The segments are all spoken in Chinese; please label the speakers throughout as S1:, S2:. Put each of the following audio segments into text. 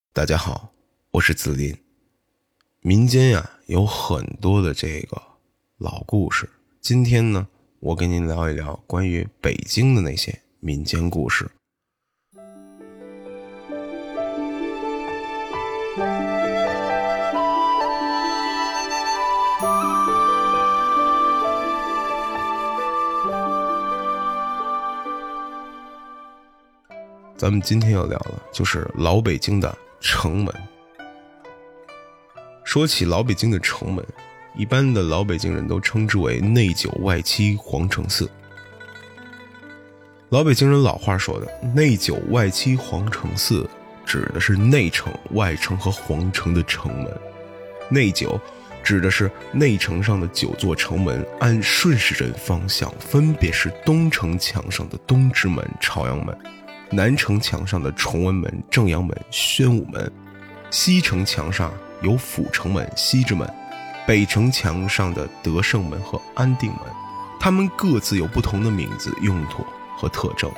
S1: 大家好，我是子林。民间有很多的这个老故事，今天呢我跟您聊一聊关于北京的那些民间故事。咱们今天要聊的就是老北京的城门。说起老北京的城门，一般的老北京人都称之为内九外七皇城四。老北京人老话说的内九外七皇城四，指的是内城、外城和皇城的城门。内九指的是内城上的9座城门，按顺时针方向分别是东城墙上的东直门、朝阳门，南城墙上的崇文门、正阳门、宣武门，西城墙上有阜成门、西直门，北城墙上的德胜门和安定门，它们各自有不同的名字、用途和特征。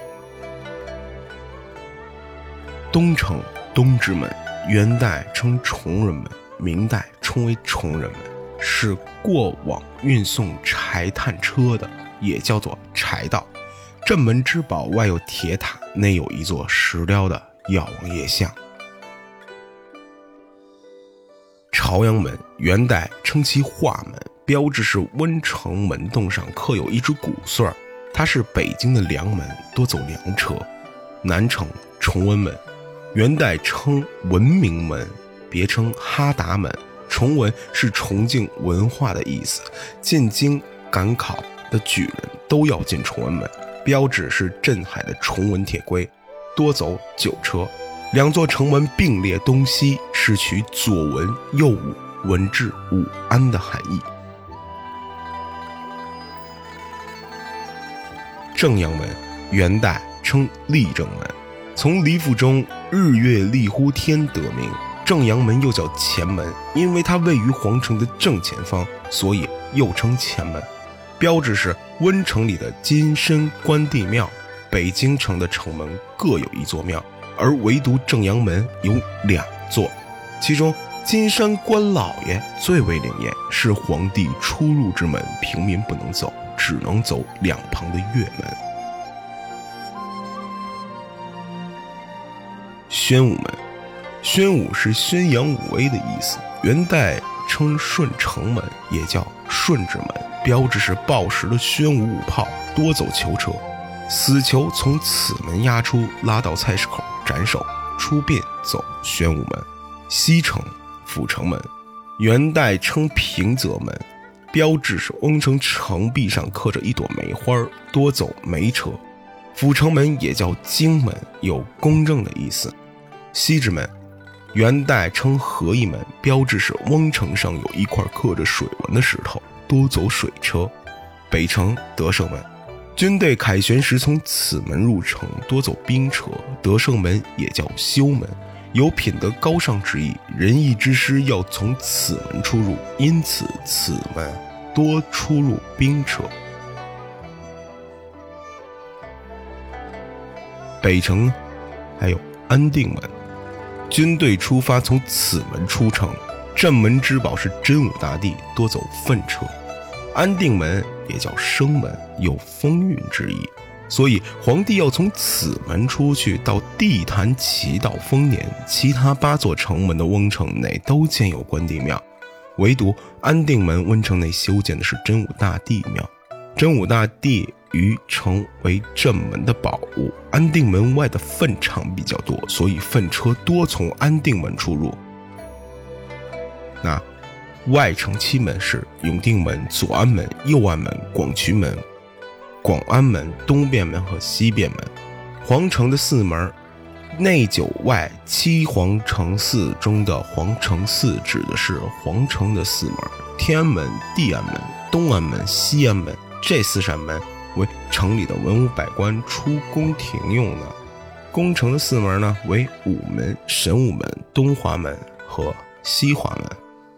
S1: 东城东直门，元代称崇仁门，明代称为崇仁门，是过往运送柴炭车的，也叫做柴道。镇门之宝外有铁塔，内有一座石雕的药王爷像。朝阳门，元代称其化门，标志是温城门洞上刻有一只鼓穗，它是北京的粮门，多走粮车。南城崇文门，元代称文明门，别称哈达门。崇文是崇敬文化的意思，进京赶考的举人都要进崇文门，标志是镇海的崇文铁龟，多走9车。2座城门并列东西，是取左文右武、文治武安的含义。正阳门，元代称立正门，从离府中日月立乎天得名。正阳门又叫前门，因为它位于皇城的正前方，所以又称前门。标志是温城里的金身关帝庙。北京城的城门各有1座庙，而唯独正阳门有2座，其中金山关老爷最为灵验，是皇帝出入之门，平民不能走，只能走2旁的月门。宣武门，宣武是宣扬武威的意思，元代称顺城门，也叫顺治门，标志是报时的宣武武炮，多走囚车。死囚从此门押出，拉到菜市口斩首，出殡走宣武门。西城阜成门，元代称平泽门，标志是翁城城壁上刻着一朵梅花，多走梅车。阜成门也叫京门，有公正的意思。西直门，元代称和义门，标志是翁城上有一块刻着水纹的石头，多走水车。北城德胜门，军队凯旋时从此门入城，多走兵车。德胜门也叫修门，有品德高尚之意，仁义之师要从此门出入，因此此门多出入兵车。北城还有安定门，军队出发从此门出城，镇门之宝是真武大帝，多走粪车。安定门也叫生门，有风韵之意，所以皇帝要从此门出去，到地坛祈祷丰年。其他8座城门的翁城内都建有关帝庙，唯独安定门温城内修建的是真武大帝庙。真武大帝于城为镇门的宝物，安定门外的粪场比较多，所以粪车多从安定门出入。那外城7门是永定门、左安门、右安门、广渠门、广安门、东便门和西便门。皇城的4门，内9外7皇城4中的皇城4指的是皇城的4门，天安门、地安门、东安门、西安门，这4扇门为城里的文武百官出宫廷用的。宫城的4门呢，为午门、神武门、东华门和西华门。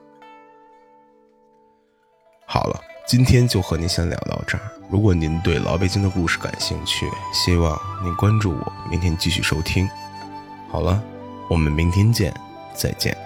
S1: 好了，今天就和您先聊到这儿。如果您对老北京的故事感兴趣，希望您关注我，明天继续收听。好了，我们明天见。 再见。